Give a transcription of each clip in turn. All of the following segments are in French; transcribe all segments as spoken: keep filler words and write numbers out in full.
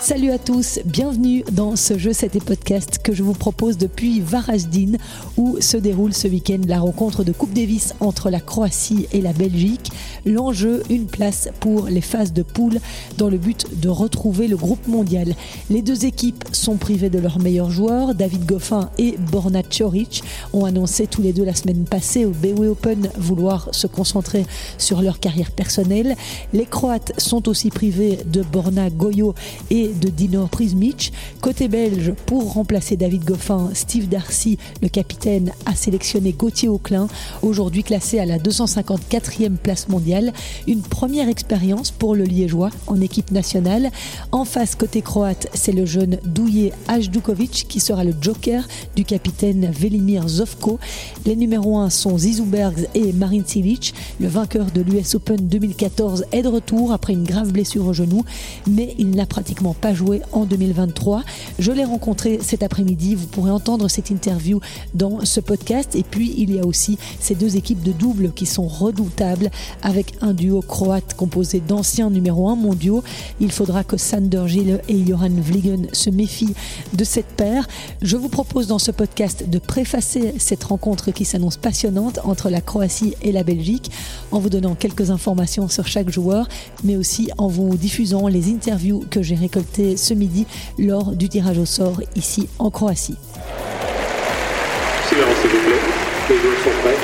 Salut à tous, bienvenue dans ce Jeu C'était Podcast que je vous propose depuis Varaždin où se déroule ce week-end la rencontre de Coupe Davis entre la Croatie et la Belgique. L'enjeu, une place pour les phases de poule dans le but de retrouver le groupe mondial. Les deux équipes sont privées de leurs meilleurs joueurs. David Goffin et Borna Ćorić ont annoncé tous les deux la semaine passée au B W Open vouloir se concentrer sur leur carrière personnelle. Les Croates sont aussi privés de Borna Gojo et de Dino Prizmic. Côté belge, pour remplacer David Goffin, Steve Darcy, le capitaine, a sélectionné Gauthier Auclin, aujourd'hui classé à la deux cent cinquante-quatrième place mondiale. Une première expérience pour le Liégeois en équipe nationale. En face, côté croate, c'est le jeune Duje Hajduković qui sera le joker du capitaine Velimir Zovko. Les numéros un sont Zizou Bergs et Marin Cilic. Le vainqueur de l'U S Open deux mille quatorze est de retour après une grave blessure au genou, mais il n'a pratiquement pas joué en deux mille vingt-trois. Je l'ai rencontré cet après-midi, vous pourrez entendre cette interview dans ce podcast. Et puis il y a aussi ces deux équipes de double qui sont redoutables avec un duo croate composé d'anciens numéro un mondiaux. Il faudra que Sander Gille et Johan Vliegen se méfient de cette paire. Je vous propose dans ce podcast de préfacer cette rencontre qui s'annonce passionnante entre la Croatie et la Belgique en vous donnant quelques informations sur chaque joueur, mais aussi en vous diffusant les interviews que j'ai récoltées ce midi lors du tirage au sort ici en Croatie. Silence s'il vous plaît, les joueurs sont prêts.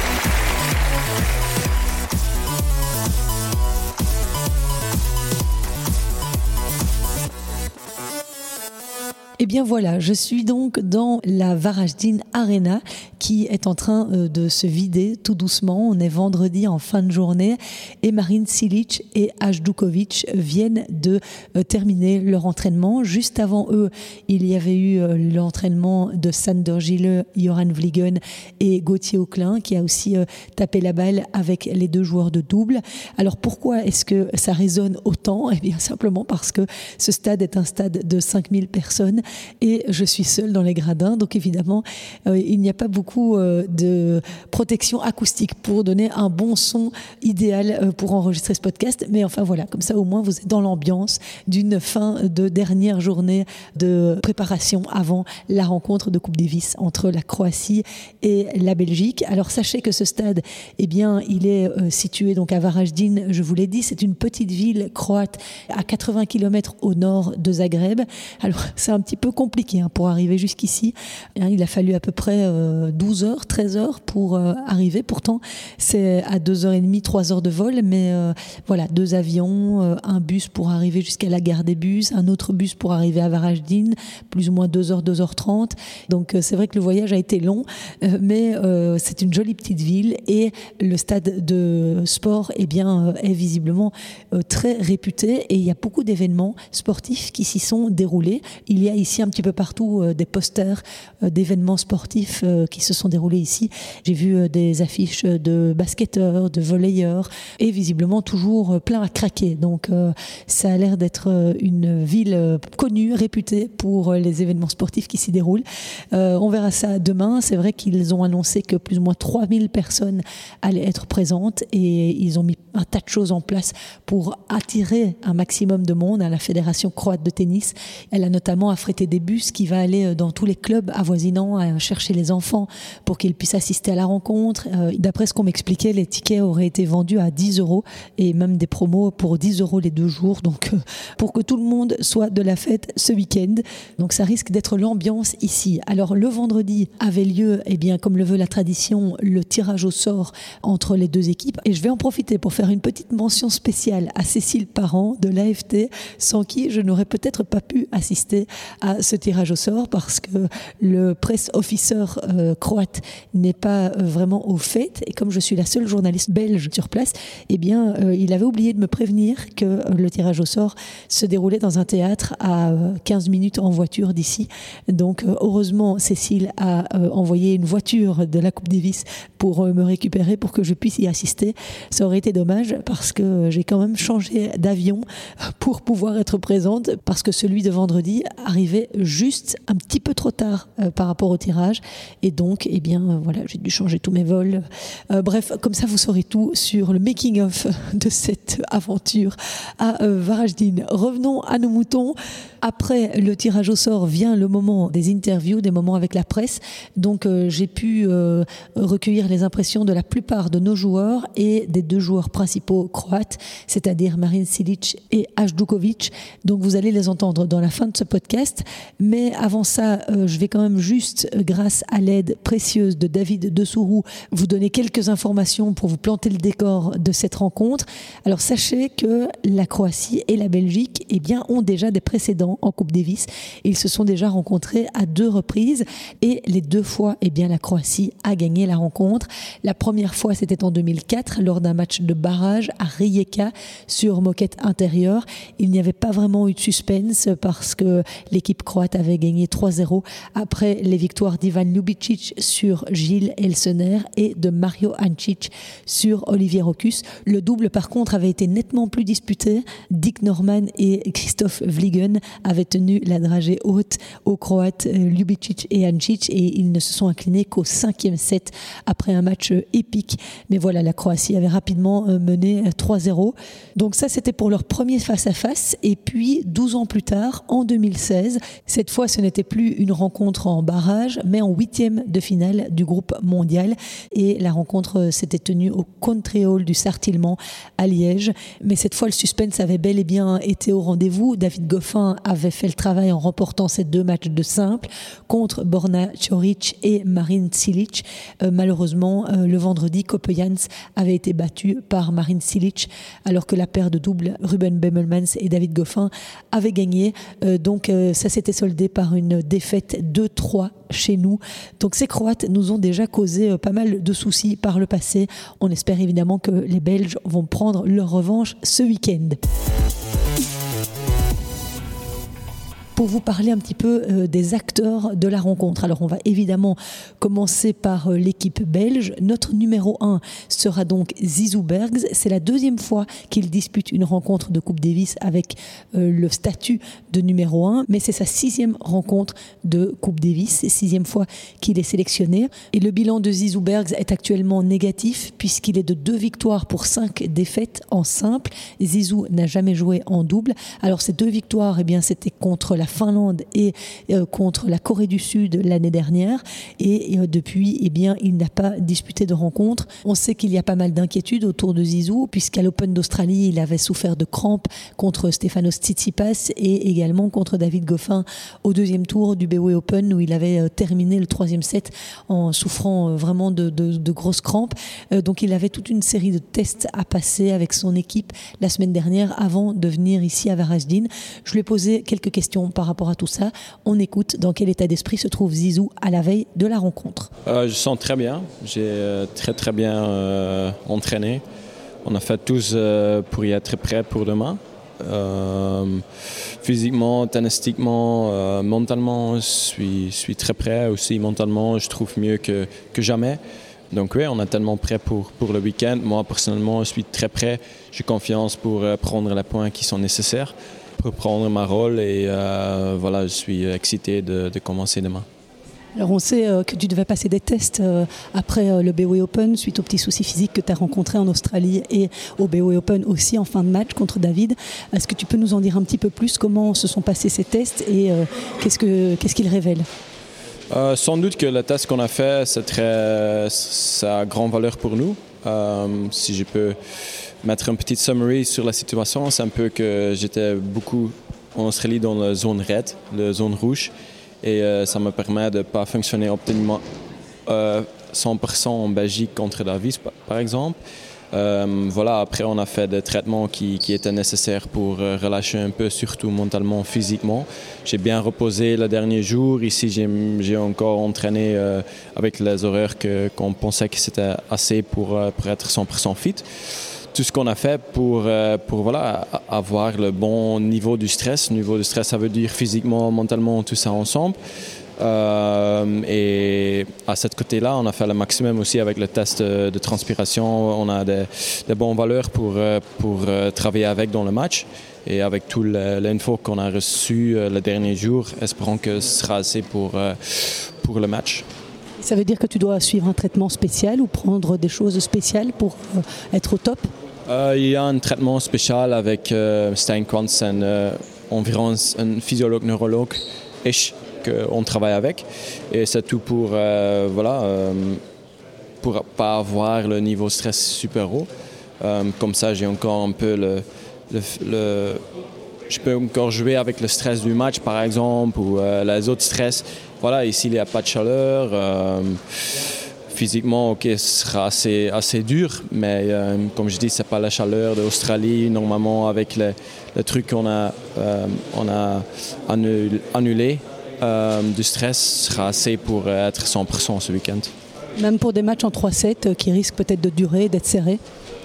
Eh bien voilà, je suis donc dans la Varaždin Arena qui est en train de se vider tout doucement. On est vendredi en fin de journée et Marin Cilic et Hajduković viennent de terminer leur entraînement. Juste avant eux, il y avait eu l'entraînement de Sander Gille, Johan Vliegen et Gauthier Auclin qui a aussi tapé la balle avec les deux joueurs de double. Alors pourquoi est-ce que ça résonne autant ? Eh bien simplement parce que ce stade est un stade de cinq mille personnes et je suis seule dans les gradins, donc évidemment euh, il n'y a pas beaucoup euh, de protection acoustique pour donner un bon son idéal euh, pour enregistrer ce podcast, mais enfin voilà, comme ça au moins vous êtes dans l'ambiance d'une fin de dernière journée de préparation avant la rencontre de Coupe Davis entre la Croatie et la Belgique. Alors sachez que ce stade, eh bien il est euh, situé donc à Varaždin, je vous l'ai dit, c'est une petite ville croate à quatre-vingts kilomètres au nord de Zagreb. Alors c'est un petit peu compliqué hein, pour arriver jusqu'ici. Il a fallu à peu près euh, douze heures, treize heures pour euh, arriver. Pourtant, c'est à deux heures trente, trois heures de vol, mais euh, voilà, deux avions, euh, un bus pour arriver jusqu'à la gare des bus, un autre bus pour arriver à Varaždin, plus ou moins deux heures, deux heures trente. Donc euh, c'est vrai que le voyage a été long, euh, mais euh, c'est une jolie petite ville et le stade de sport eh bien, euh, est visiblement euh, très réputé et il y a beaucoup d'événements sportifs qui s'y sont déroulés. Il y a ici un petit peu partout euh, des posters euh, d'événements sportifs euh, qui se sont déroulés ici. J'ai vu euh, des affiches de basketteurs, de volleyeurs et visiblement toujours euh, plein à craquer. Donc euh, ça a l'air d'être euh, une ville euh, connue, réputée pour euh, les événements sportifs qui s'y déroulent. Euh, on verra ça demain. C'est vrai qu'ils ont annoncé que plus ou moins trois mille personnes allaient être présentes et ils ont mis un tas de choses en place pour attirer un maximum de monde à la Fédération croate de tennis. Elle a notamment affrété des bus qui va aller dans tous les clubs avoisinants à chercher les enfants pour qu'ils puissent assister à la rencontre. Euh, d'après ce qu'on m'expliquait, les tickets auraient été vendus à dix euros et même des promos pour dix euros les deux jours. Donc euh, pour que tout le monde soit de la fête ce week-end. Donc ça risque d'être l'ambiance ici. Alors le vendredi avait lieu, eh bien, comme le veut la tradition, le tirage au sort entre les deux équipes. Et je vais en profiter pour faire une petite mention spéciale à Cécile Parent de l'A F T, sans qui je n'aurais peut-être pas pu assister à ce tirage au sort parce que le press officer euh, croate n'est pas euh, vraiment au fait et comme je suis la seule journaliste belge sur place, eh bien euh, il avait oublié de me prévenir que euh, le tirage au sort se déroulait dans un théâtre à euh, quinze minutes en voiture d'ici. Donc euh, heureusement Cécile a euh, envoyé une voiture de la Coupe Davis pour euh, me récupérer pour que je puisse y assister. Ça aurait été dommage parce que euh, j'ai quand même changé d'avion pour pouvoir être présente parce que celui de vendredi arrivait arrivé juste un petit peu trop tard euh, par rapport au tirage. Et donc, eh bien, euh, voilà, j'ai dû changer tous mes vols. Euh, bref, comme ça, vous saurez tout sur le making-of de cette aventure à euh, Varaždin. Revenons à nos moutons. Après le tirage au sort vient le moment des interviews, des moments avec la presse. Donc euh, j'ai pu euh, recueillir les impressions de la plupart de nos joueurs et des deux joueurs principaux croates, c'est-à-dire Marin Cilic et Hajdukovic. Donc vous allez les entendre dans la fin de ce podcast. Mais avant ça, euh, je vais quand même juste, grâce à l'aide précieuse de David Dessourou, vous donner quelques informations pour vous planter le décor de cette rencontre. Alors sachez que la Croatie et la Belgique eh bien, ont déjà des précédents en Coupe Davis. Ils se sont déjà rencontrés à deux reprises et les deux fois, eh bien, la Croatie a gagné la rencontre. La première fois, c'était en deux mille quatre lors d'un match de barrage à Rijeka sur moquette intérieure. Il n'y avait pas vraiment eu de suspense parce que l'équipe croate avait gagné trois zéro après les victoires d'Ivan Ljubicic sur Gilles Elsener et de Mario Ancic sur Olivier Rokus. Le double, par contre, avait été nettement plus disputé. Dick Norman et Christoph Vliegen avaient tenu la dragée haute aux Croates Ljubicic et Ancic et ils ne se sont inclinés qu'au cinquième set après un match épique. Mais voilà, la Croatie avait rapidement mené trois zéro. Donc ça, c'était pour leur premier face-à-face. Et puis, douze ans plus tard, en deux mille seize, cette fois, ce n'était plus une rencontre en barrage, mais en huitième de finale du groupe mondial. Et la rencontre s'était tenue au Country Hall du Sartillement à Liège. Mais cette fois, le suspense avait bel et bien été au rendez-vous. David Goffin avait fait le travail en remportant ces deux matchs de simple contre Borna Ćorić et Marin Cilic. Euh, malheureusement, euh, le vendredi, Kope Jans avait été battu par Marin Cilic alors que la paire de double Ruben Bemelmans et David Goffin avait gagné. Euh, donc euh, ça s'était soldé par une défaite deux trois chez nous. Donc ces Croates nous ont déjà causé euh, pas mal de soucis par le passé. On espère évidemment que les Belges vont prendre leur revanche ce week-end. Pour vous parler un petit peu euh, des acteurs de la rencontre. Alors on va évidemment commencer par euh, l'équipe belge. Notre numéro un sera donc Zizou Bergs. C'est la deuxième fois qu'il dispute une rencontre de Coupe Davis avec euh, le statut de numéro un, mais c'est sa sixième rencontre de Coupe Davis, c'est sixième fois qu'il est sélectionné. Et le bilan de Zizou Bergs est actuellement négatif puisqu'il est de deux victoires pour cinq défaites en simple. Zizou n'a jamais joué en double. Alors ces deux victoires, eh bien, c'était contre la Finlande et euh, contre la Corée du Sud l'année dernière et euh, depuis eh bien, il n'a pas disputé de rencontre. On sait qu'il y a pas mal d'inquiétudes autour de Zizou puisqu'à l'Open d'Australie il avait souffert de crampes contre Stefanos Tsitsipas et également contre David Goffin au deuxième tour du B O E Open où il avait euh, terminé le troisième set en souffrant euh, vraiment de, de, de grosses crampes. Euh, donc il avait toute une série de tests à passer avec son équipe la semaine dernière avant de venir ici à Varaždin. Je lui ai posé quelques questions par rapport à tout ça. On écoute dans quel état d'esprit se trouve Zizou à la veille de la rencontre. Euh, je sens très bien. J'ai euh, très très bien euh, entraîné. On a fait tous euh, pour y être prêt pour demain. Euh, physiquement, tennistiquement, euh, mentalement, je suis, suis très prêt. Aussi mentalement, je trouve mieux que, que jamais. Donc oui, on est tellement prêt pour, pour le week-end. Moi, personnellement, je suis très prêt. J'ai confiance pour euh, prendre les points qui sont nécessaires pour prendre ma rôle et euh, voilà, je suis excité de, de commencer demain. Alors on sait euh, que tu devais passer des tests euh, après euh, le B O E Open suite aux petits soucis physiques que tu as rencontrés en Australie et au B O E Open aussi en fin de match contre David. Est-ce que tu peux nous en dire un petit peu plus comment se sont passés ces tests et euh, qu'est-ce, que, qu'est-ce qu'ils révèlent ? Euh, sans doute que le test qu'on a fait, c'est très, ça a grande valeur pour nous. Euh, si je peux mettre une petite summary sur la situation, c'est un peu que j'étais beaucoup en Australie dans la zone red, la zone rouge, et euh, ça me permet de ne pas fonctionner optimalement euh, cent pour cent en Belgique contre Davis, par exemple. Euh, voilà, après on a fait des traitements qui, qui étaient nécessaires pour euh, relâcher un peu, surtout mentalement, physiquement. J'ai bien reposé le dernier jour. Ici, j'ai, j'ai encore entraîné euh, avec les horaires que, qu'on pensait que c'était assez pour, euh, pour être cent pour cent fit. Tout ce qu'on a fait pour, euh, pour voilà, avoir le bon niveau du stress. Le niveau du stress, ça veut dire physiquement, mentalement, tout ça ensemble. Euh, et à ce côté-là, on a fait le maximum aussi avec le test de, de transpiration. On a des, des bonnes valeurs pour, pour travailler avec dans le match. Et avec toute l'info qu'on a reçue le dernier jour, espérons que ce sera assez pour, pour le match. Ça veut dire que tu dois suivre un traitement spécial ou prendre des choses spéciales pour être au top? Euh, il y a un traitement spécial avec euh, Stein Kwansen, euh, environ un physiologue, neurologue, qu'on travaille avec. Et c'est tout pour euh, voilà, euh, pour pas avoir le niveau stress super haut. Euh, comme ça, j'ai encore un peu le, le, le... Je peux encore jouer avec le stress du match, par exemple, ou euh, les autres stress. Voilà, ici, il n'y a pas de chaleur. Euh, physiquement, ok, ce sera assez, assez dur, mais euh, comme je dis, ce n'est pas la chaleur d'Australie. Normalement, avec les, les trucs qu'on a, euh, on a annulés, euh, du stress sera assez pour être cent pour cent ce week-end. Même pour des matchs en trois sept qui risquent peut-être de durer, d'être serrés?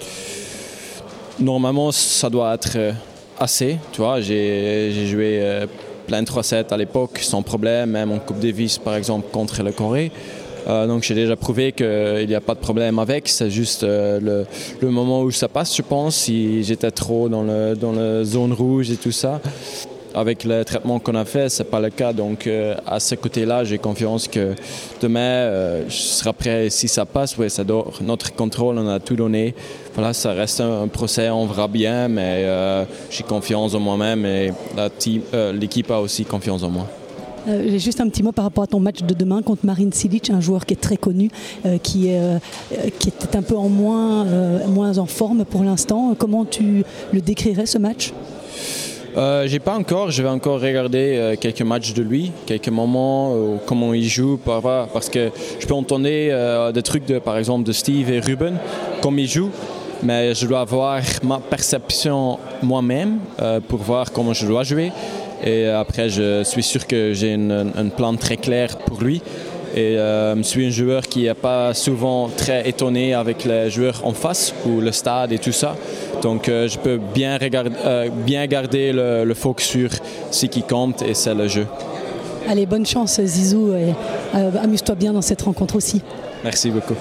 Normalement, ça doit être assez. Tu vois, j'ai, j'ai joué euh, plein de trois sept à l'époque sans problème, même en Coupe Davis par exemple contre le Corée. Euh, donc j'ai déjà prouvé qu'il n'y a pas de problème avec, c'est juste euh, le, le moment où ça passe, je pense, si j'étais trop dans la dans le zone rouge et tout ça. Avec le traitement qu'on a fait, ce n'est pas le cas. Donc euh, à ce côté-là, j'ai confiance que demain, euh, je serai prêt si ça passe. Oui, ça doit, notre contrôle, on a tout donné. Voilà, ça reste un, un procès, on verra bien, mais euh, j'ai confiance en moi-même et la team, euh, l'équipe a aussi confiance en moi. Euh, j'ai juste un petit mot par rapport à ton match de demain contre Marin Cilic, un joueur qui est très connu, euh, qui, est, euh, qui est un peu en moins, euh, moins en forme pour l'instant. Comment tu le décrirais, ce match ? Euh, j'ai pas encore, je vais encore regarder euh, quelques matchs de lui, quelques moments, euh, comment il joue, parce que je peux entendre euh, des trucs de, par exemple de Steve et Ruben, comme ils jouent, mais je dois avoir ma perception moi-même euh, pour voir comment je dois jouer. Et après, je suis sûr que j'ai un plan très clair pour lui. Et euh, je suis un joueur qui n'est pas souvent très étonné avec les joueurs en face ou le stade et tout ça. Donc euh, je peux bien, regarder, euh, bien garder le, le focus sur ce qui compte et c'est le jeu. Allez, bonne chance Zizou et euh, amuse-toi bien dans cette rencontre aussi. Merci beaucoup.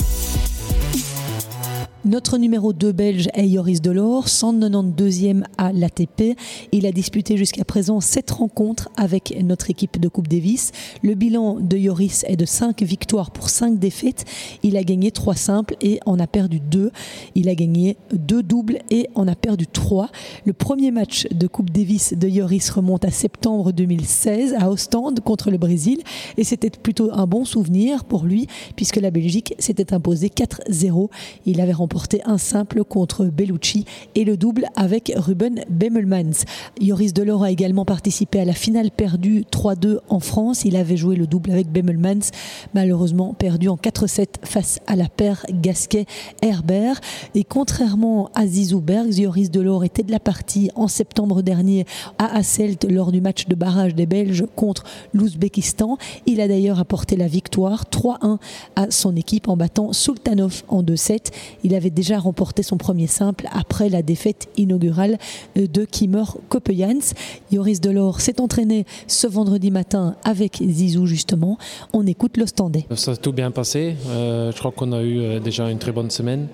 Notre numéro deux belge est Joris Delors, cent quatre-vingt-douzième à l'A T P. Il a disputé jusqu'à présent sept rencontres avec notre équipe de Coupe Davis. Le bilan de Joris est de cinq victoires pour cinq défaites. Il a gagné trois simples et en a perdu deux. Il a gagné deux doubles et en a perdu trois. Le premier match de Coupe Davis de Joris remonte à septembre deux mille seize à Ostende contre le Brésil. Et c'était plutôt un bon souvenir pour lui puisque la Belgique s'était imposée quatre zéro. Il avait remporté un simple contre Bellucci et le double avec Ruben Bemmelmans. Joris Delors a également participé à la finale perdue trois deux en France. Il avait joué le double avec Bemmelmans, malheureusement perdu en quatre sept face à la paire Gasquet-Herbert. Et contrairement à Zizou Bergs, Joris Delors était de la partie en septembre dernier à Hasselt lors du match de barrage des Belges contre l'Ouzbékistan. Il a d'ailleurs apporté la victoire trois un à son équipe en battant Sultanov en deux sept. Il avait déjà remporté son premier simple après la défaite inaugurale de Kimmer Coppejans. Joris Delors s'est entraîné ce vendredi matin avec Zizou justement. On écoute l'Ostendais. Ça s'est tout bien passé. Euh, je crois qu'on a eu déjà une très bonne semaine.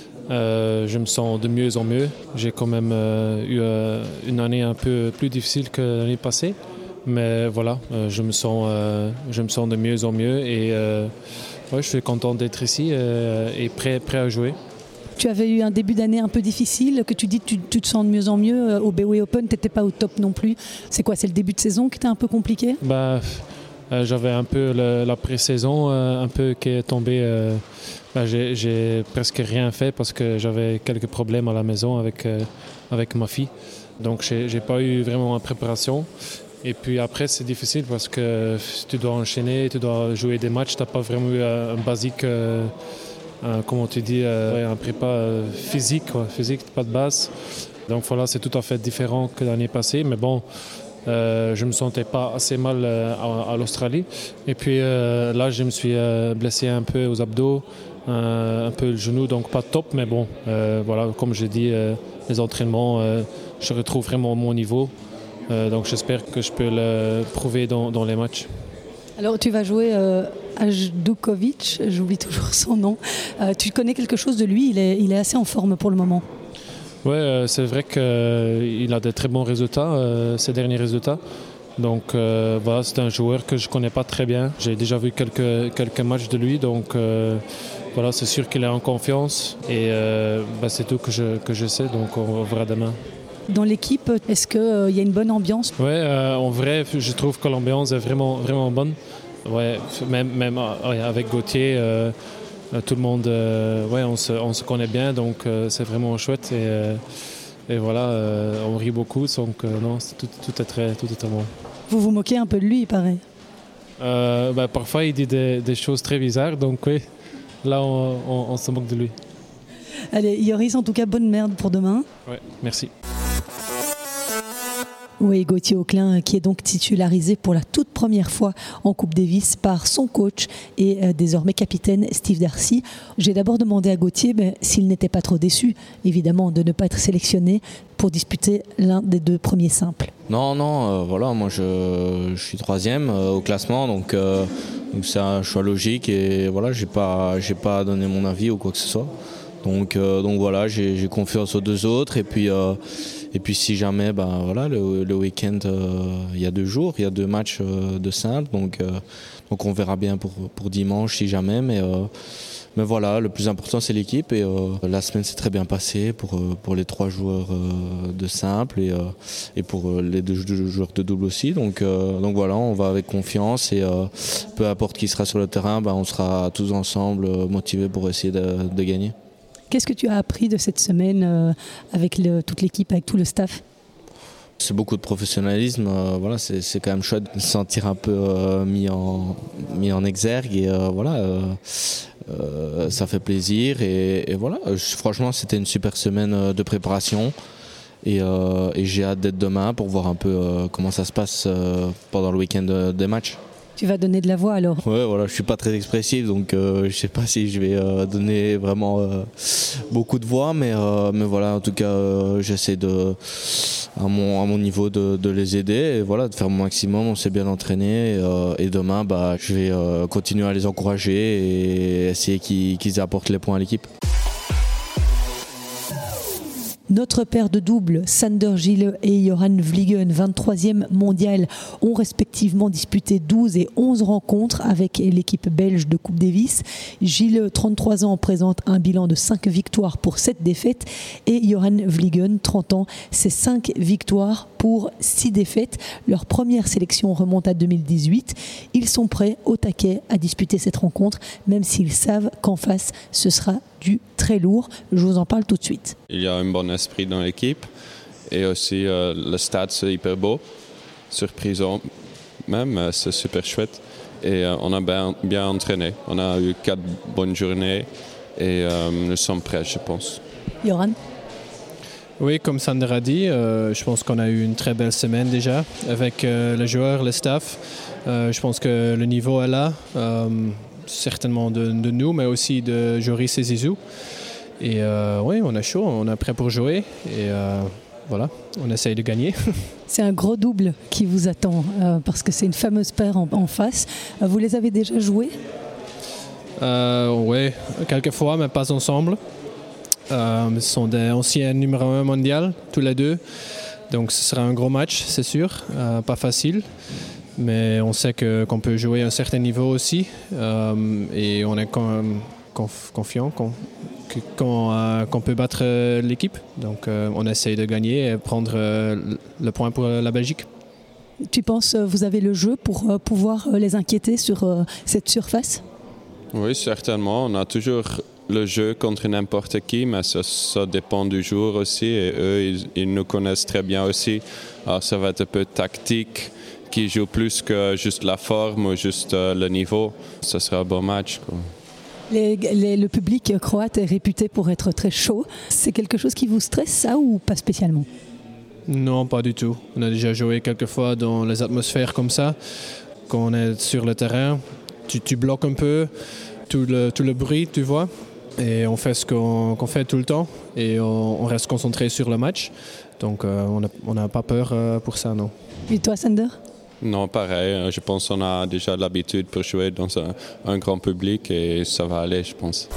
Euh, je me sens de mieux en mieux. J'ai quand même euh, eu euh, une année un peu plus difficile que l'année passée. Mais voilà, euh, je, me sens, euh, je me sens de mieux en mieux et euh, ouais, je suis content d'être ici euh, et prêt, prêt à jouer. Tu avais eu un début d'année un peu difficile, que tu dis tu, tu te sens de mieux en mieux. Au B W Open, tu n'étais pas au top non plus. C'est quoi, c'est le début de saison qui était un peu compliqué ? bah, euh, J'avais un peu le, la pré-saison euh, un peu qui est tombée. Euh, bah, j'ai, j'ai presque rien fait parce que j'avais quelques problèmes à la maison avec, euh, avec ma fille. Donc j'ai, j'ai pas eu vraiment une préparation. Et puis après, c'est difficile parce que tu dois enchaîner, tu dois jouer des matchs. Tu n'as pas vraiment eu un, un basique... Euh, Un, comment tu dis, euh, un prépa euh, physique, quoi, physique, pas de base. Donc voilà, c'est tout à fait différent que l'année passée. Mais bon, euh, je ne me sentais pas assez mal euh, à, à l'Australie. Et puis euh, là, je me suis euh, blessé un peu aux abdos, euh, un peu le genou, donc pas top. Mais bon, euh, voilà, comme je dis, euh, les entraînements, euh, je retrouve vraiment mon niveau. Euh, donc j'espère que je peux le prouver dans, dans les matchs. Alors tu vas jouer euh, Ajdukovic, j'oublie toujours son nom. Euh, tu connais quelque chose de lui, il est, il est assez en forme pour le moment. Oui, euh, c'est vrai qu'il euh, a de très bons résultats, euh, ces derniers résultats. Donc euh, voilà, c'est un joueur que je ne connais pas très bien. J'ai déjà vu quelques, quelques matchs de lui, donc euh, voilà, c'est sûr qu'il est en confiance. Et euh, bah, c'est tout que je, que je sais, donc on verra demain. Dans l'équipe, est-ce qu'il euh, y a une bonne ambiance ? Oui, euh, en vrai, je trouve que l'ambiance est vraiment, vraiment bonne. Ouais, même même ouais, avec Gauthier, euh, tout le monde, euh, ouais, on se, on se connaît bien, donc euh, c'est vraiment chouette. Et, euh, et voilà, euh, on rit beaucoup, donc euh, non, tout, tout, est très, tout est très bon. Vous vous moquez un peu de lui, il paraît. Euh, bah, parfois, il dit des, des choses très bizarres, donc oui, là, on, on, on se moque de lui. Allez, Yoris, en tout cas, bonne merde pour demain. Ouais, merci. Oui, Gauthier Auclin qui est donc titularisé pour la toute première fois en Coupe Davis par son coach et euh, désormais capitaine Steve Darcy. J'ai d'abord demandé à Gauthier ben, s'il n'était pas trop déçu, évidemment, de ne pas être sélectionné pour disputer l'un des deux premiers simples. Non, non, euh, voilà, moi je, je suis troisième euh, au classement, donc, euh, donc c'est un choix logique et voilà, j'ai pas, j'ai pas donné mon avis ou quoi que ce soit. Donc, euh, donc voilà, j'ai, j'ai confiance aux deux autres et puis, euh, et puis si jamais, ben, voilà, le, le week-end, euh, il y a deux jours, il y a deux matchs euh, de simple, donc, euh, donc on verra bien pour, pour dimanche si jamais, mais, euh, mais voilà, le plus important c'est l'équipe et euh, la semaine s'est très bien passée pour, pour les trois joueurs euh, de simple et, euh, et pour les deux, deux joueurs de double aussi, donc, euh, donc voilà, on va avec confiance et euh, peu importe qui sera sur le terrain, ben, on sera tous ensemble motivés pour essayer de, de gagner. Qu'est-ce que tu as appris de cette semaine euh, avec le, toute l'équipe, avec tout le staff ? C'est beaucoup de professionnalisme, euh, voilà, c'est, c'est quand même chouette de se sentir un peu euh, mis, en, mis en exergue et euh, voilà, euh, euh, ça fait plaisir et, et voilà, euh, franchement c'était une super semaine de préparation et, euh, et j'ai hâte d'être demain pour voir un peu euh, comment ça se passe euh, pendant le week-end euh, des matchs. Tu vas donner de la voix alors ? Ouais, voilà, je suis pas très expressif, donc euh, je sais pas si je vais euh, donner vraiment euh, beaucoup de voix, mais euh, mais voilà, en tout cas, euh, j'essaie de à mon à mon niveau de, de les aider et voilà, de faire mon maximum. On s'est bien entraîné et, euh, et demain, bah, je vais euh, continuer à les encourager et essayer qu'ils, qu'ils apportent les points à l'équipe. Notre paire de double, Sander Gille et Johan Vliegen, vingt-troisième mondial, ont respectivement disputé douze et onze rencontres avec l'équipe belge de Coupe Davis. Gille, trente-trois ans, présente un bilan de cinq victoires pour sept défaites et Johan Vliegen, trente ans, c'est cinq victoires pour six défaites. Leur première sélection remonte à deux mille dix-huit. Ils sont prêts au taquet à disputer cette rencontre, même s'ils savent qu'en face, ce sera du très lourd. Je vous en parle tout de suite. Il y a un bon esprit dans l'équipe et aussi euh, le stade c'est hyper beau, surprisant même, c'est super chouette et euh, on a bien, bien entraîné. On a eu quatre bonnes journées et euh, nous sommes prêts, je pense. Johan ? Oui, comme Sander a dit, euh, je pense qu'on a eu une très belle semaine déjà avec euh, les joueurs, le staff. Euh, je pense que le niveau est là. Euh, certainement de, de nous, mais aussi de Joris et Zizou. Et euh, oui, on est chaud, on est prêt pour jouer. Et euh, voilà, on essaye de gagner. C'est un gros double qui vous attend, euh, parce que c'est une fameuse paire en, en face. Vous les avez déjà joués ? euh, Oui, quelques fois, mais pas ensemble. Euh, ce sont des anciens numéro un mondial, tous les deux. Donc ce sera un gros match, c'est sûr. Euh, pas facile. Mais on sait que, qu'on peut jouer à un certain niveau aussi euh, et on est quand même conf, confiant qu'on, qu'on, euh, qu'on peut battre euh, l'équipe. Donc euh, on essaye de gagner et prendre euh, le point pour la Belgique. Tu penses que vous avez le jeu pour euh, pouvoir les inquiéter sur euh, cette surface ? Oui, certainement. On a toujours le jeu contre n'importe qui, mais ça, ça dépend du jour aussi et eux, ils, ils nous connaissent très bien aussi. Alors ça va être un peu tactique, qui joue plus que juste la forme ou juste euh, le niveau. Ce sera un bon match, quoi. Les, les, le public croate est réputé pour être très chaud. C'est quelque chose qui vous stresse, ça, ou pas spécialement ? Non, pas du tout. On a déjà joué quelques fois dans les atmosphères comme ça. Quand on est sur le terrain, tu, tu bloques un peu tout le, tout le bruit, tu vois. Et on fait ce qu'on, qu'on fait tout le temps. Et on, on reste concentré sur le match. Donc euh, on n'a on n'a pas peur euh, pour ça, non. Et toi, Sander ? Non, pareil. Je pense qu'on a déjà l'habitude pour jouer dans un, un grand public et ça va aller, je pense.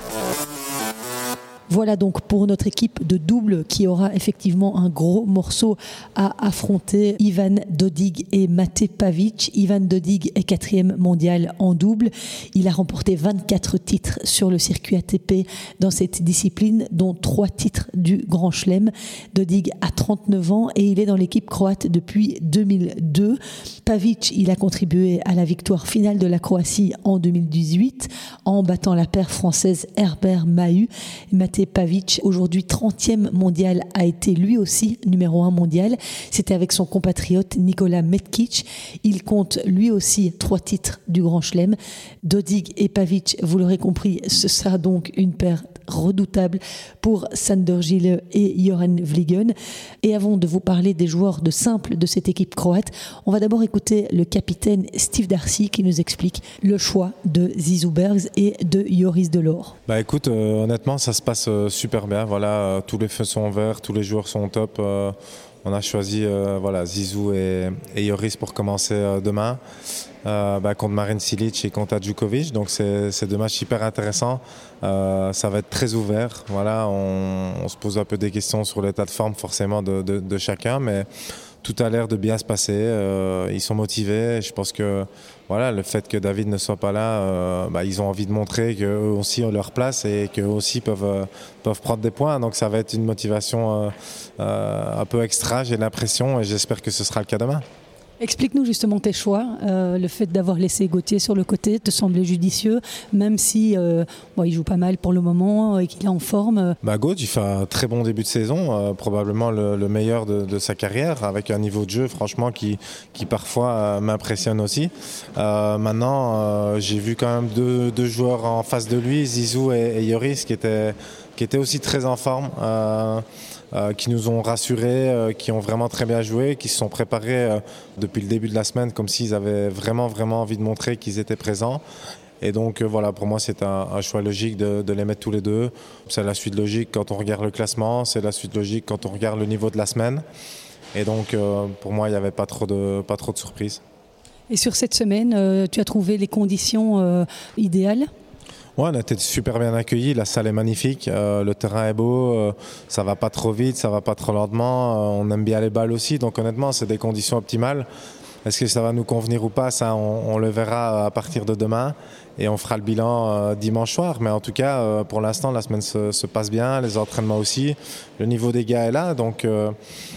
Voilà donc pour notre équipe de double qui aura effectivement un gros morceau à affronter, Ivan Dodig et Mate Pavic. Ivan Dodig est quatrième mondial en double. Il a remporté vingt-quatre titres sur le circuit A T P dans cette discipline, dont trois titres du Grand Chelem. Dodig a trente-neuf ans et il est dans l'équipe croate depuis deux mille deux. Pavic, il a contribué à la victoire finale de la Croatie en deux mille dix-huit en battant la paire française Herbert Mahut. Mate Pavic, aujourd'hui trentième mondial, a été lui aussi numéro un mondial. C'était avec son compatriote Nikola Metkic. Il compte lui aussi trois titres du Grand Chelem. Dodig et Pavic, vous l'aurez compris, ce sera donc une paire redoutable pour Sander Gille et Joran Vliegen. Et avant de vous parler des joueurs de simple de cette équipe croate, on va d'abord écouter le capitaine Steve Darcy qui nous explique le choix de Zizou Bergs et de Joris Delors. Bah écoute, euh, honnêtement, ça se passe euh, super bien. Voilà, euh, tous les feux sont verts, tous les joueurs sont au top. Euh, on a choisi euh, voilà, Zizou et, et Joris pour commencer euh, demain. Euh, bah, contre Marin Cilic et contre Djokovic, donc c'est, c'est deux matchs hyper intéressants. Euh, ça va être très ouvert. Voilà, on, on se pose un peu des questions sur l'état de forme forcément de, de, de chacun, mais tout a l'air de bien se passer. Euh, ils sont motivés. Je pense que voilà, le fait que David ne soit pas là, euh, bah, ils ont envie de montrer qu'eux aussi ont leur place et qu'eux aussi peuvent, euh, peuvent prendre des points. Donc ça va être une motivation euh, euh, un peu extra, j'ai l'impression, et j'espère que ce sera le cas demain. Explique-nous justement tes choix. Euh, le fait d'avoir laissé Gauthier sur le côté te semblait judicieux, même si euh, bon, il joue pas mal pour le moment et qu'il est en forme. Bah, Gauthier, il fait un très bon début de saison, euh, probablement le, le meilleur de, de sa carrière, avec un niveau de jeu franchement qui, qui parfois euh, m'impressionne aussi. Euh, maintenant, euh, j'ai vu quand même deux, deux joueurs en face de lui, Zizou et, et Joris, qui étaient, qui étaient aussi très en forme. Euh, Euh, qui nous ont rassurés, euh, qui ont vraiment très bien joué, qui se sont préparés euh, depuis le début de la semaine comme s'ils avaient vraiment, vraiment envie de montrer qu'ils étaient présents. Et donc euh, voilà, pour moi c'est un, un choix logique de, de les mettre tous les deux. C'est la suite logique quand on regarde le classement, c'est la suite logique quand on regarde le niveau de la semaine. Et donc euh, pour moi il n'y avait pas trop de, pas trop de surprises. Et sur cette semaine, euh, tu as trouvé les conditions euh, idéales ? Ouais, on a été super bien accueillis, la salle est magnifique, euh, le terrain est beau, euh, ça va pas trop vite, ça va pas trop lentement, euh, on aime bien les balles aussi, donc honnêtement c'est des conditions optimales. Est-ce que ça va nous convenir ou pas, ça on, on le verra à partir de demain et on fera le bilan euh, dimanche soir, mais en tout cas euh, pour l'instant la semaine se, se passe bien, les entraînements aussi, le niveau des gars est là, donc euh,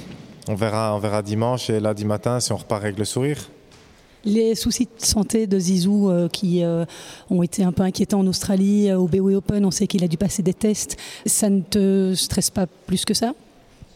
on verra, on verra dimanche et lundi matin si on repart avec le sourire. Les soucis de santé de Zizou euh, qui euh, ont été un peu inquiétants en Australie, euh, au B W Open, on sait qu'il a dû passer des tests. Ça ne te stresse pas plus que ça ?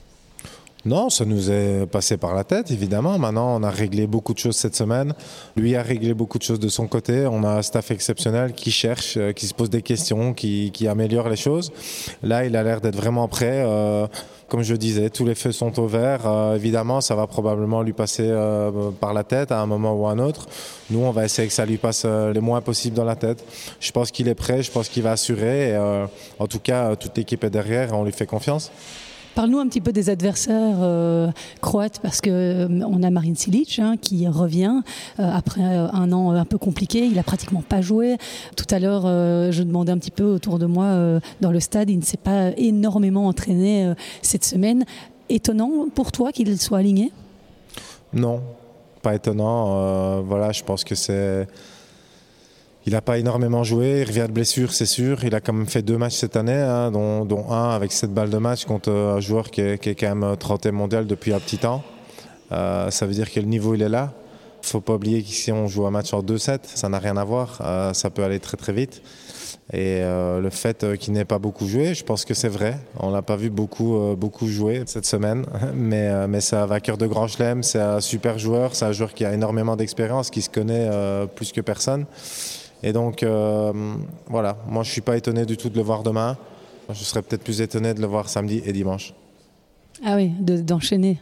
Non, ça nous est passé par la tête, évidemment. Maintenant, on a réglé beaucoup de choses cette semaine. Lui a réglé beaucoup de choses de son côté. On a un staff exceptionnel qui cherche, euh, qui se pose des questions, qui, qui améliore les choses. Là, il a l'air d'être vraiment prêt. Euh, Comme je disais, tous les feux sont au vert. Euh, évidemment, ça va probablement lui passer euh, par la tête à un moment ou à un autre. Nous, on va essayer que ça lui passe euh, le moins possible dans la tête. Je pense qu'il est prêt, je pense qu'il va assurer. Et, euh, en tout cas, toute l'équipe est derrière et on lui fait confiance. Parle-nous un petit peu des adversaires euh, croates, parce qu'on euh, a Marin Cilic hein, qui revient euh, après un an un peu compliqué. Il n'a pratiquement pas joué. Tout à l'heure, euh, je demandais un petit peu autour de moi euh, dans le stade. Il ne s'est pas énormément entraîné euh, cette semaine. Étonnant pour toi qu'il soit aligné ? Non, pas étonnant. Euh, voilà, je pense que c'est... Il n'a pas énormément joué, il revient de blessure, c'est sûr. Il a quand même fait deux matchs cette année, hein, dont, dont un avec sept balles de match contre un joueur qui est, qui est quand même trentième mondial depuis un petit temps. Euh, ça veut dire que le niveau, il est là. Il ne faut pas oublier qu'ici, on joue un match en deux sept, ça n'a rien à voir. Euh, ça peut aller très très vite. Et euh, le fait qu'il n'ait pas beaucoup joué, je pense que c'est vrai. On l'a pas vu beaucoup, euh, beaucoup jouer cette semaine. Mais, euh, mais c'est un vainqueur de Grand Chelem, c'est un super joueur, c'est un joueur qui a énormément d'expérience, qui se connaît euh, plus que personne. Et donc, euh, voilà, moi je ne suis pas étonné du tout de le voir demain. Je serais peut-être plus étonné de le voir samedi et dimanche. Ah oui, de, d'enchaîner.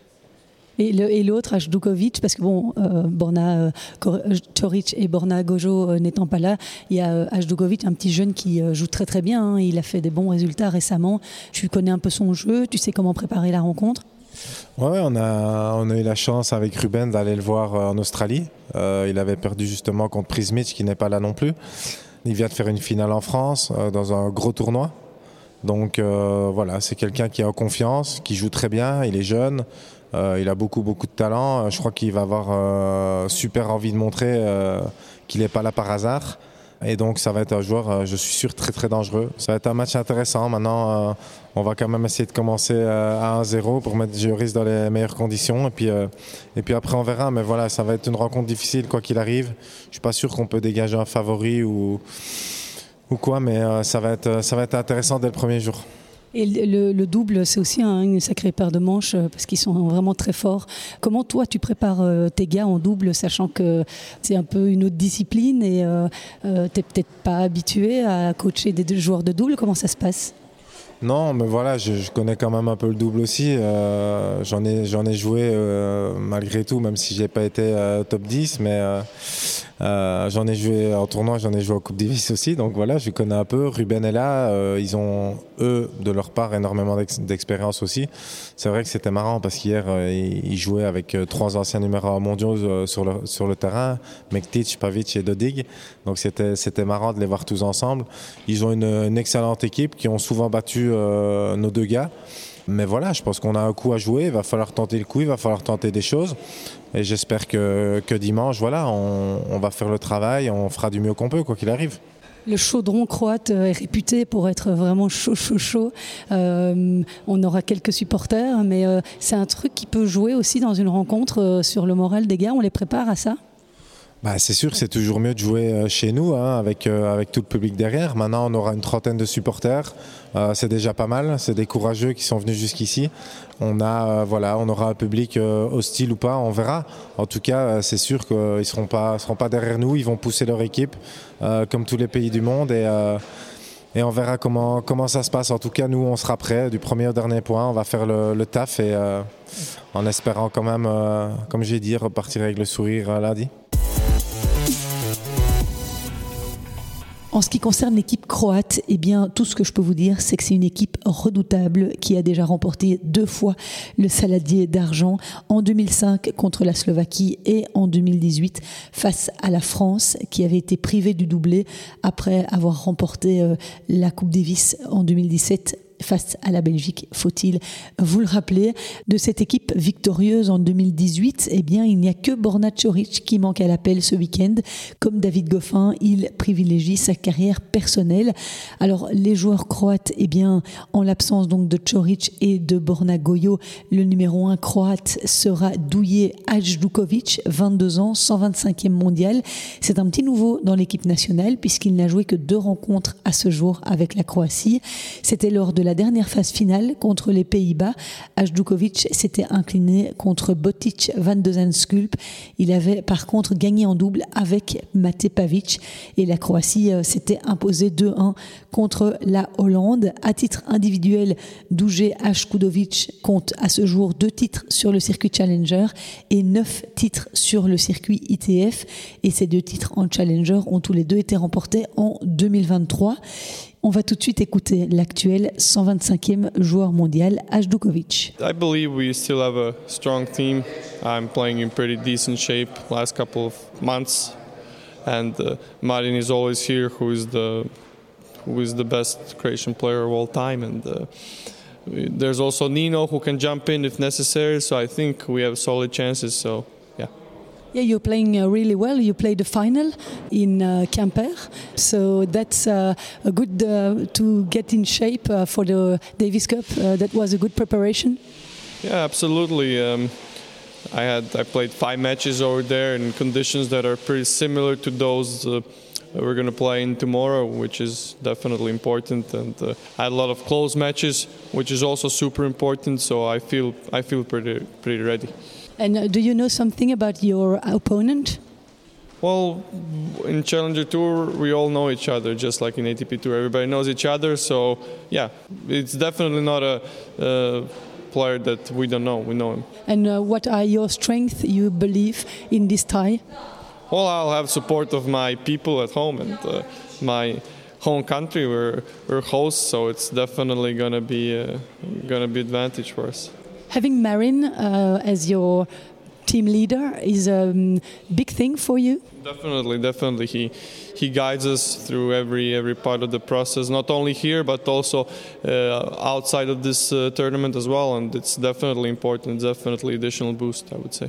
Et, le, et l'autre, Ajdukovic, parce que bon, euh, Borna euh, Čorić et Borna Gojo euh, n'étant pas là, il y a euh, Ajdukovic, un petit jeune qui euh, joue très très bien. Hein, il a fait des bons résultats récemment. Tu connais un peu son jeu, tu sais comment préparer la rencontre ? Ouais, on a, on a eu la chance avec Ruben d'aller le voir en Australie. Euh, il avait perdu justement contre Prismic qui n'est pas là non plus. Il vient de faire une finale en France euh, dans un gros tournoi. Donc euh, voilà, c'est quelqu'un qui est en confiance, qui joue très bien, il est jeune, euh, il a beaucoup beaucoup de talent. Je crois qu'il va avoir euh, super envie de montrer euh, qu'il n'est pas là par hasard. Et donc ça va être un joueur, euh, je suis sûr, très très dangereux. Ça va être un match intéressant. Maintenant, euh, on va quand même essayer de commencer euh, à un zéro pour mettre Géoris dans les meilleures conditions. Et puis, euh, et puis après, on verra. Mais voilà, ça va être une rencontre difficile quoi qu'il arrive. Je ne suis pas sûr qu'on peut dégager un favori ou, ou quoi, mais euh, ça va être, ça va être intéressant dès le premier jour. Et le, le double, c'est aussi un, une sacrée paire de manches parce qu'ils sont vraiment très forts. Comment toi, tu prépares euh, tes gars en double, sachant que c'est un peu une autre discipline et euh, euh, tu n'es peut-être pas habitué à coacher des deux joueurs de double. Comment ça se passe ? Non, mais voilà, je, je connais quand même un peu le double aussi. Euh, j'en ai, j'en ai joué euh, malgré tout, même si je n'ai pas été euh, top dix, mais euh, euh, j'en ai joué en tournoi, j'en ai joué en Coupe Davis aussi. Donc voilà, je connais un peu. Ruben est là. Euh, ils ont, eux, de leur part, énormément d'ex- d'expérience aussi. C'est vrai que c'était marrant parce qu'hier, euh, ils jouaient avec euh, trois anciens numéros mondiaux euh, sur, le, sur le terrain, Mektic, Pavic et Dodig. Donc c'était, c'était marrant de les voir tous ensemble. Ils ont une, une excellente équipe qui ont souvent battu euh, nos deux gars. Mais voilà, je pense qu'on a un coup à jouer. Il va falloir tenter le coup, il va falloir tenter des choses. Et j'espère que, que dimanche, voilà, on, on va faire le travail, on fera du mieux qu'on peut, quoi qu'il arrive. Le chaudron croate est réputé pour être vraiment chaud, chaud, chaud. Euh, on aura quelques supporters, mais euh, c'est un truc qui peut jouer aussi dans une rencontre euh, sur le moral des gars. On les prépare à ça ? Bah, c'est sûr que c'est toujours mieux de jouer chez nous, hein, avec, euh, avec tout le public derrière. Maintenant, on aura une trentaine de supporters. Euh, c'est déjà pas mal. C'est des courageux qui sont venus jusqu'ici. On, a, euh, voilà, on aura un public euh, hostile ou pas, on verra. En tout cas, euh, c'est sûr qu'ils ne seront pas, seront pas derrière nous. Ils vont pousser leur équipe, euh, comme tous les pays du monde. Et, euh, et on verra comment, comment ça se passe. En tout cas, nous, on sera prêts du premier au dernier point. On va faire le, le taf et euh, en espérant quand même, euh, comme j'ai dit, repartir avec le sourire euh, lundi. En ce qui concerne l'équipe croate, eh bien, tout ce que je peux vous dire, c'est que c'est une équipe redoutable qui a déjà remporté deux fois le Saladier d'argent, en deux mille cinq contre la Slovaquie et en deux mille dix-huit face à la France, qui avait été privée du doublé après avoir remporté euh, la Coupe Davis en deux mille dix-sept face à la Belgique, faut-il vous le rappeler. De cette équipe victorieuse en deux mille dix-huit, eh bien, il n'y a que Borna Ćorić qui manque à l'appel ce week-end. Comme David Goffin, il privilégie sa carrière personnelle. Alors, les joueurs croates, eh bien, en l'absence donc de Ćorić et de Borna Gojo, le numéro un croate sera Duje Hajduković, vingt-deux ans, cent vingt-cinquième mondial. C'est un petit nouveau dans l'équipe nationale puisqu'il n'a joué que deux rencontres à ce jour avec la Croatie. C'était lors de la dernière phase finale contre les Pays-Bas. Hajduković s'était incliné contre Botic van de Zandschulp. Il avait par contre gagné en double avec Mate Pavic et la Croatie s'était imposée deux un contre la Hollande. À titre individuel, Duje Hajduković compte à ce jour deux titres sur le circuit Challenger et neuf titres sur le circuit I T F. Et ces deux titres en Challenger ont tous les deux été remportés en deux mille vingt-trois. On va tout de suite écouter l'actuel cent vingt-cinquième joueur mondial, Hajduković. I believe we still have a strong team. I'm playing in pretty decent shape last couple of months, and uh, Marin is always here, who is the who is the best Croatian player of all time, and uh, there's also Nino who can jump in if necessary. So I think we have solid chances. So. Yeah, you're playing uh, really well. You played the final in uh, Quimper, so that's uh, a good uh, to get in shape uh, for the Davis Cup. Uh, that was a good preparation. Yeah, absolutely. Um, I had I played five matches over there in conditions that are pretty similar to those uh, we're going to play in tomorrow, which is definitely important. And uh, I had a lot of close matches, which is also super important. So I feel I feel pretty pretty ready. And uh, do you know something about your opponent? Well, in Challenger Tour, we all know each other, just like in A T P Tour. Everybody knows each other, so yeah, it's definitely not a uh, player that we don't know. We know him. And uh, what are your strengths, you believe, in this tie? Well, I'll have support of my people at home and uh, my home country. We're we're hosts, so it's definitely gonna be uh, gonna be advantage for us. Having Marin uh, as your team leader is a um, big thing for you? Definitely, definitely. He he guides us through every every part of the process, not only here but also uh, outside of this uh, tournament as well. And it's definitely important, definitely additional boost, I would say.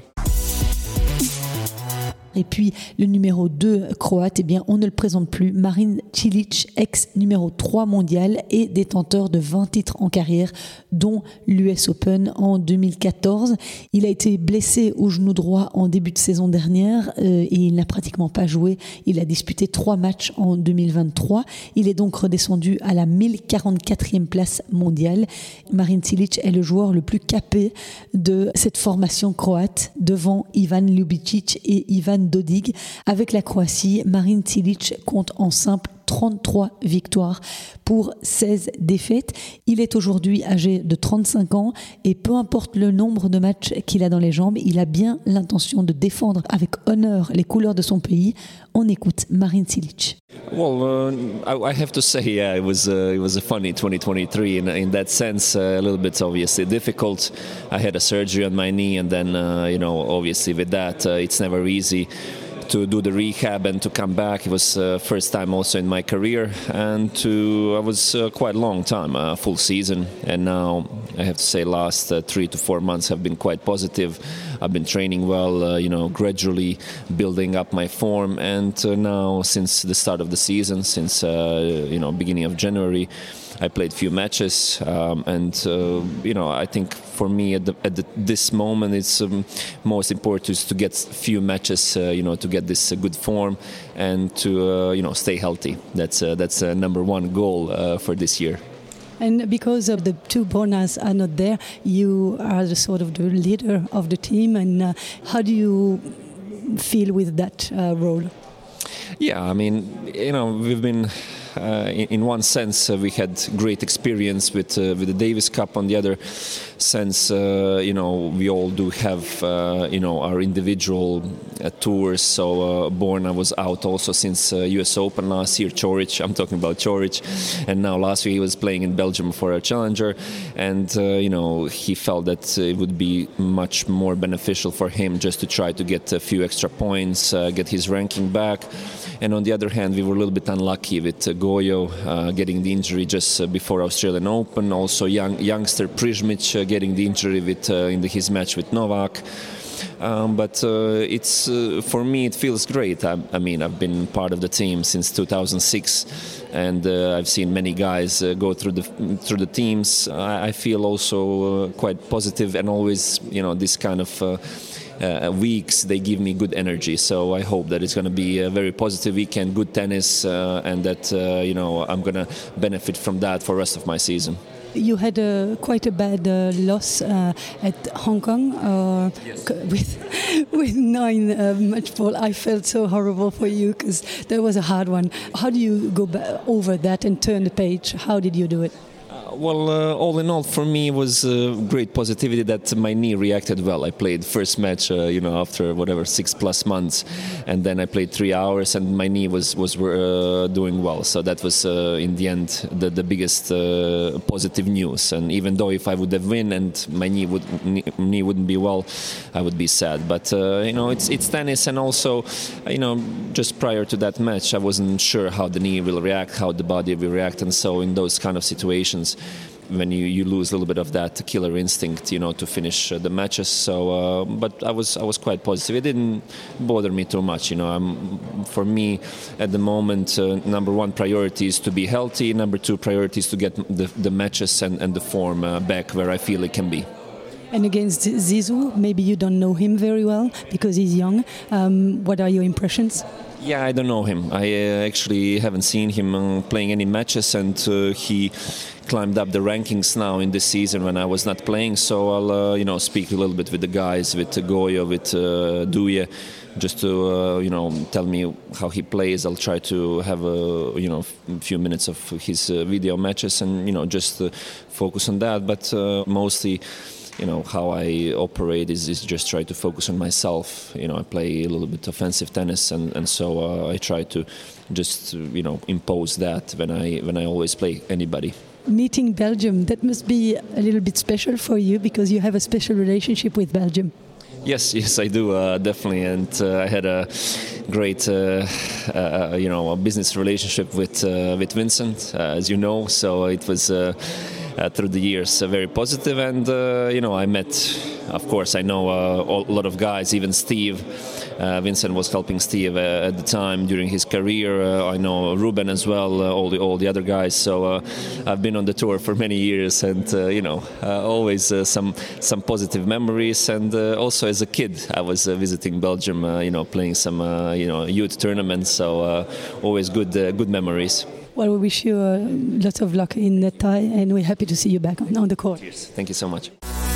Et puis le numéro deux croate, eh bien, on ne le présente plus. Marin Cilic, ex-numéro trois mondial et détenteur de vingt titres en carrière, dont l'U S Open en deux mille quatorze. Il a été blessé au genou droit en début de saison dernière euh, et il n'a pratiquement pas joué. Il a disputé trois matchs en deux mille vingt-trois. Il est donc redescendu à la mille quarante-quatrième place mondiale. Marin Cilic est le joueur le plus capé de cette formation croate, devant Ivan Ljubicic et Ivan Dodig. Avec la Croatie, Marin Cilic compte en simple trente-trois victoires pour seize défaites. Il est aujourd'hui âgé de trente-cinq ans et peu importe le nombre de matchs qu'il a dans les jambes, il a bien l'intention de défendre avec honneur les couleurs de son pays. On écoute Marin Cilic. Well, uh, I, I have to say, yeah, it was uh, it was a funny twenty twenty-three in in that sense. Uh, a little bit obviously difficult. I had a surgery on my knee, and then uh, you know, obviously with that, uh, it's never easy to do the rehab and to come back. It was uh, first time also in my career, and to I was uh, quite a long time, a uh, full season, and now I have to say last uh, three to four months have been quite positive. I've been training well, uh, you know, gradually building up my form, and uh, now since the start of the season, since uh, you know, beginning of January, I played few matches, um, and uh, you know, I think for me at, the, at the, this moment, it's um, most important is to get few matches, uh, you know, to get this uh, good form and to uh, you know, stay healthy. That's uh, that's uh, number one goal uh, for this year. And because of the two Bornas are not there, you are the sort of the leader of the team. And uh, how do you feel with that uh, role? Yeah, I mean, you know, we've been. Uh, in, in one sense, uh, we had great experience with uh, with the Davis Cup. On the other sense, uh, you know, we all do have uh, you know, our individual uh, tours. So uh, Borna was out also since uh, U S Open last year. Coric, I'm talking about Coric, and now last year he was playing in Belgium for a challenger, and uh, you know, he felt that it would be much more beneficial for him just to try to get a few extra points, uh, get his ranking back. And on the other hand, we were a little bit unlucky with uh, Gojo uh, getting the injury just uh, before Australian Open. Also, young youngster Prizmic uh, getting the injury with uh, in the, his match with Novak. Um, but uh, it's uh, for me, it feels great. I, I mean, I've been part of the team since two thousand six, and uh, I've seen many guys uh, go through the through the teams. I, I feel also uh, quite positive, and always, you know, this kind of. Uh, Uh, weeks, they give me good energy, so I hope that it's going to be a very positive weekend, good tennis, uh, and that uh, you know, I'm going to benefit from that for the rest of my season. You had a, quite a bad uh, loss uh, at Hong Kong uh, yes. c- with with nine uh, match ball. I felt so horrible for you because that was a hard one. How do you go ba- over that and turn the page? How did you do it? Well, uh, all in all, for me, it was uh, great positivity that my knee reacted well. I played first match, uh, you know, after whatever six plus months, and then I played three hours, and my knee was was uh, doing well. So that was, uh, in the end, the the biggest uh, positive news. And even though if I would have win and my knee would knee wouldn't be well, I would be sad. But uh, you know, it's it's tennis, and also, you know, just prior to that match, I wasn't sure how the knee will react, how the body will react, and so in those kind of situations, when you, you lose a little bit of that killer instinct, you know, to finish uh, the matches. So, uh, but I was I was quite positive. It didn't bother me too much, you know. I'm, for me, at the moment, uh, number one priority is to be healthy. Number two priority is to get the, the matches and, and the form uh, back where I feel it can be. And against Zizou, maybe you don't know him very well because he's young. Um, what are your impressions? Yeah, I don't know him. I uh, actually haven't seen him uh, playing any matches, and uh, he climbed up the rankings now in this season when I was not playing. So I'll, uh, you know, speak a little bit with the guys, with uh, Gojo, with uh, Duje, just to, uh, you know, tell me how he plays. I'll try to have a, you know, a few minutes of his uh, video matches and, you know, just uh, focus on that. But uh, mostly, you know, how I operate is, is just try to focus on myself. You know, I play a little bit offensive tennis, and and so uh, I try to just you know impose that when I when I always play anybody. Meeting Belgium, that must be a little bit special for you because you have a special relationship with Belgium. Yes, yes, I do uh, definitely, and uh, I had a great, uh, uh, you know, a business relationship with uh, with Vincent, uh, as you know. So it was uh, uh, through the years uh, very positive, and uh, you know, I met, of course, I know uh, a lot of guys, even Steve. Uh, Vincent was helping Steve uh, at the time during his career. Uh, I know Ruben as well, uh, all the all the other guys. So uh, I've been on the tour for many years, and uh, you know, uh, always uh, some some positive memories. And uh, also as a kid, I was uh, visiting Belgium, uh, you know, playing some uh, you know youth tournaments. So uh, always good uh, good memories. Well, we wish you uh, lots of luck in that tie, and we're happy to see you back on, on the court. Cheers. Thank you so much.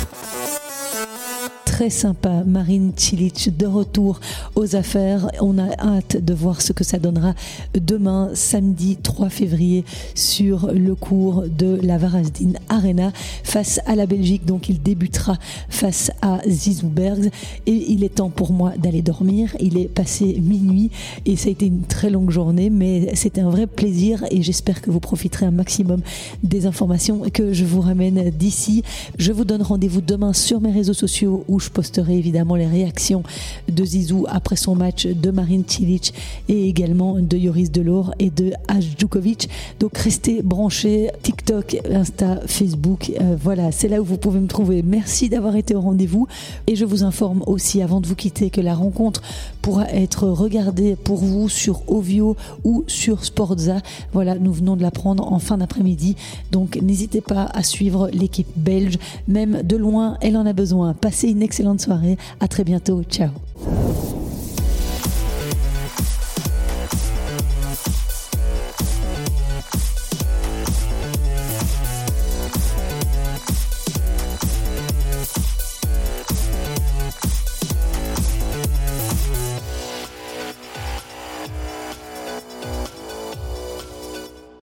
Très sympa, Marin Cilic de retour aux affaires. On a hâte de voir ce que ça donnera demain, samedi trois février, sur le court de la Varaždin Arena face à la Belgique. Donc il débutera face à Zizou Bergs et il est temps pour moi d'aller dormir. Il est passé minuit et ça a été une très longue journée, mais c'était un vrai plaisir et j'espère que vous profiterez un maximum des informations que je vous ramène d'ici. Je vous donne rendez-vous demain sur mes réseaux sociaux où je posterai évidemment les réactions de Zizou après son match, de Marin Cilic et également de Joris Delors et de H. Djokovic. Donc restez branchés, TikTok, Insta, Facebook, euh, voilà, c'est là où vous pouvez me trouver. Merci d'avoir été au rendez-vous et je vous informe aussi avant de vous quitter que la rencontre pourra être regardée pour vous sur Ovio ou sur Sportza. Voilà, nous venons de l'apprendre en fin d'après-midi, donc n'hésitez pas à suivre l'équipe belge, même de loin, elle en a besoin. Passez une excellente soirée, à très bientôt, ciao.